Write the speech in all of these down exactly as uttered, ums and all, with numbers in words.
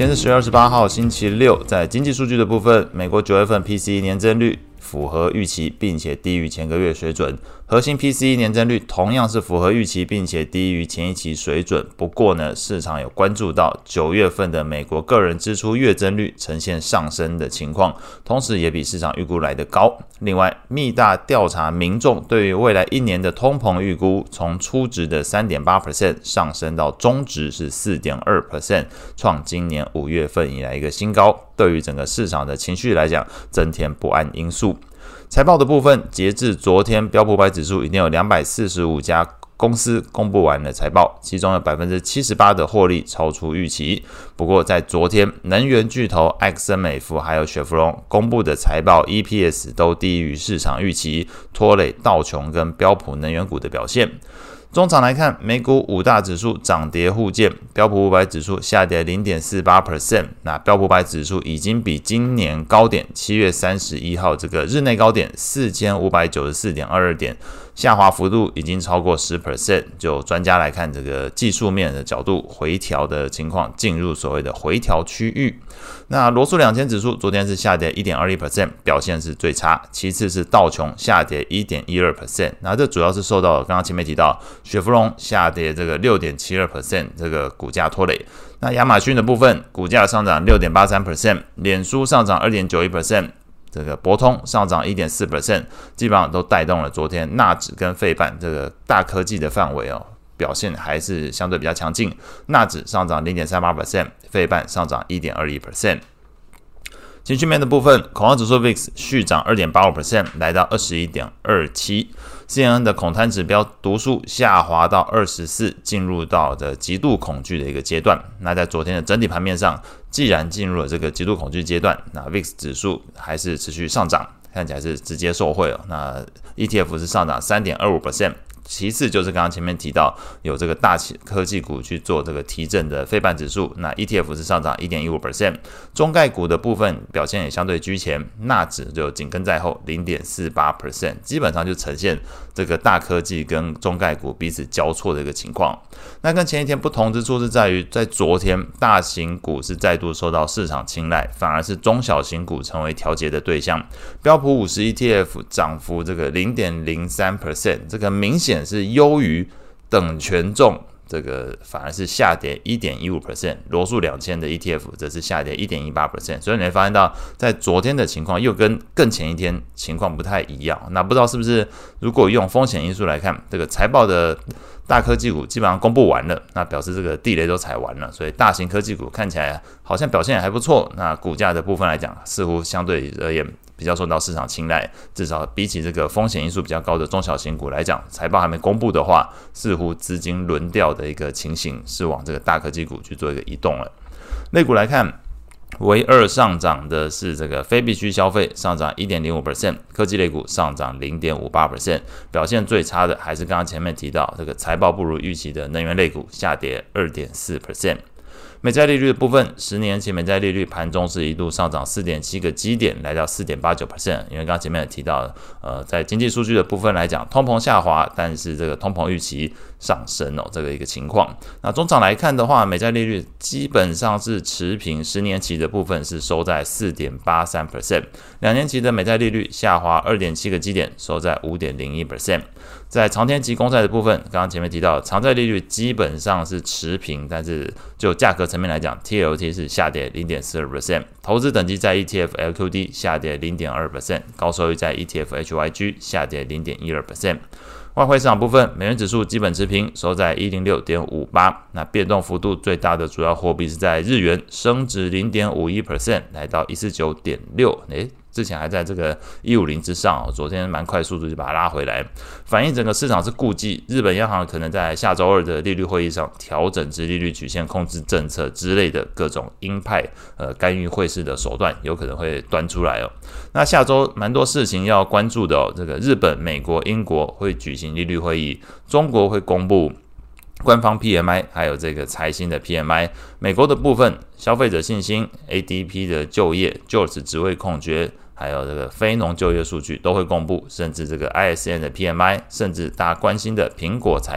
今天是十月二十八号，星期六。在经济数据的部分，美国九月份 P C E 年增率符合预期，并且低于前个月水准。核心 P C E 年增率同样是符合预期，并且低于前一期水准。不过呢，市场有关注到九月份的美国个人支出月增率呈现上升的情况，同时也比市场预估来得高。另外，密大调查民众对于未来一年的通膨预估，从初值的 百分之三点八 上升到中值是 百分之四点二， 创今年五月份以来一个新高。对于整个市场的情绪来讲，增添不安因素。财报的部分，截至昨天，标普五百指数已经有两百四十五家公司公布完了财报，其中有 百分之七十八 的获利超出预期。不过在昨天，能源巨头埃克森美孚还有雪佛龙公布的财报 E P S 都低于市场预期，拖累道琼跟标普能源股的表现。中场来看，美股五大指数涨跌互见，标普五百指数下跌 百分之零点四八， 那标普五百指数已经比今年高点七月三十一号这个日内高点 四千五百九十四点二二 点下滑幅度已经超过 百分之十， 就专家来看这个技术面的角度，回调的情况进入所谓的回调区域。那罗素两千指数昨天是下跌 百分之一点二一， 表现是最差，其次是道琼下跌 百分之一点一二， 那这主要是受到刚刚前面提到雪佛龙下跌这个 百分之六点七二 这个股价拖累。那亚马逊的部分股价上涨 百分之六点八三， 脸书上涨 二点九一，这个博通上涨 百分之一点四， 基本上都带动了昨天纳指跟费半这个大科技的范围哦，表现还是相对比较强劲。纳指上涨 零点三八， 费半上涨 一点二一。情绪面的部分，恐慌指数 V I X 续涨 二点八五， 来到 二十一点二七。C N N 的恐贪指标读数下滑到二十四，进入到的极度恐惧的一个阶段。那在昨天的整体盘面上，既然进入了这个极度恐惧阶段，那 V I X 指数还是持续上涨，看起来是直接受惠哦。那 E T F 是上涨 三点二五。其次就是刚刚前面提到有这个大科技股去做这个提振的费半指数，那 E T F 是上涨 一点一五， 中概股的部分表现也相对居前，纳指就紧跟在后 零点四八， 基本上就呈现这个大科技跟中概股彼此交错的一个情况。那跟前一天不同之处是在于，在昨天大型股是再度受到市场青睐，反而是中小型股成为调节的对象。标普五十 E T F 涨幅这个 零点零三， 这个明显是优于等权重，这个反而是下跌 一点一五， 罗素两千的 E T F 则是下跌 一点一八， 所以你会发现到在昨天的情况又跟更前一天情况不太一样。那不知道是不是如果用风险因素来看，这个财报的大科技股基本上公布完了，那表示这个地雷都踩完了，所以大型科技股看起来好像表现也还不错。那股价的部分来讲，似乎相对而言比较受到市场青睐，至少比起这个风险因素比较高的中小型股来讲，财报还没公布的话，似乎资金轮调的一个情形是往这个大科技股去做一个移动了。类股来看，唯二上涨的是这个非必需消费，上涨 一点零五， 科技类股上涨 零点五八， 表现最差的还是刚刚前面提到这个财报不如预期的能源类股，下跌 二点四。美债利率的部分，十年期美债利率盘中是一度上涨 四点七个基点，来到 四点八九， 因为刚刚前面有提到呃，在经济数据的部分来讲，通膨下滑，但是这个通膨预期上升哦，这个一个情况。那中场来看的话，美债利率基本上是持平，十年期的部分是收在 四点八三， 两年期的美债利率下滑 二点七个基点，收在 五点零一。在长天期公债的部分，刚刚前面提到长债利率基本上是持平，但是就价格层面来讲 ，T L T 是下跌 零点四二， 投资等级债 E T F L Q D 下跌 零点二， 高收益债 E T F H Y G 下跌 零点一二。外汇市场部分，美元指数基本持平，收在 一零六点五八。那变动幅度最大的主要货币是在日元，升值 零点五一， 来到 一四九点六。诶之前还在这个一五零之上，昨天蛮快速度就把它拉回来，反映整个市场是估计日本央行可能在下周二的利率会议上调整殖利率曲线控制政策之类的各种鹰派呃干预汇市的手段有可能会端出来哦。那下周蛮多事情要关注的哦，这个日本、美国、英国会举行利率会议，中国会公布官方 P M I 还有这个财新的 P M I， 美国的部分消费者信心、A D P 的就业、就职职位空缺，还有这个非农就业数据都会公布，甚至这个 I S M 的 P M I， 甚至大家关心的苹果财报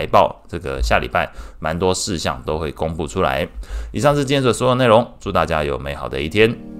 这个下礼拜蛮多事项都会公布出来。以上是今天的所有内容，祝大家有美好的一天。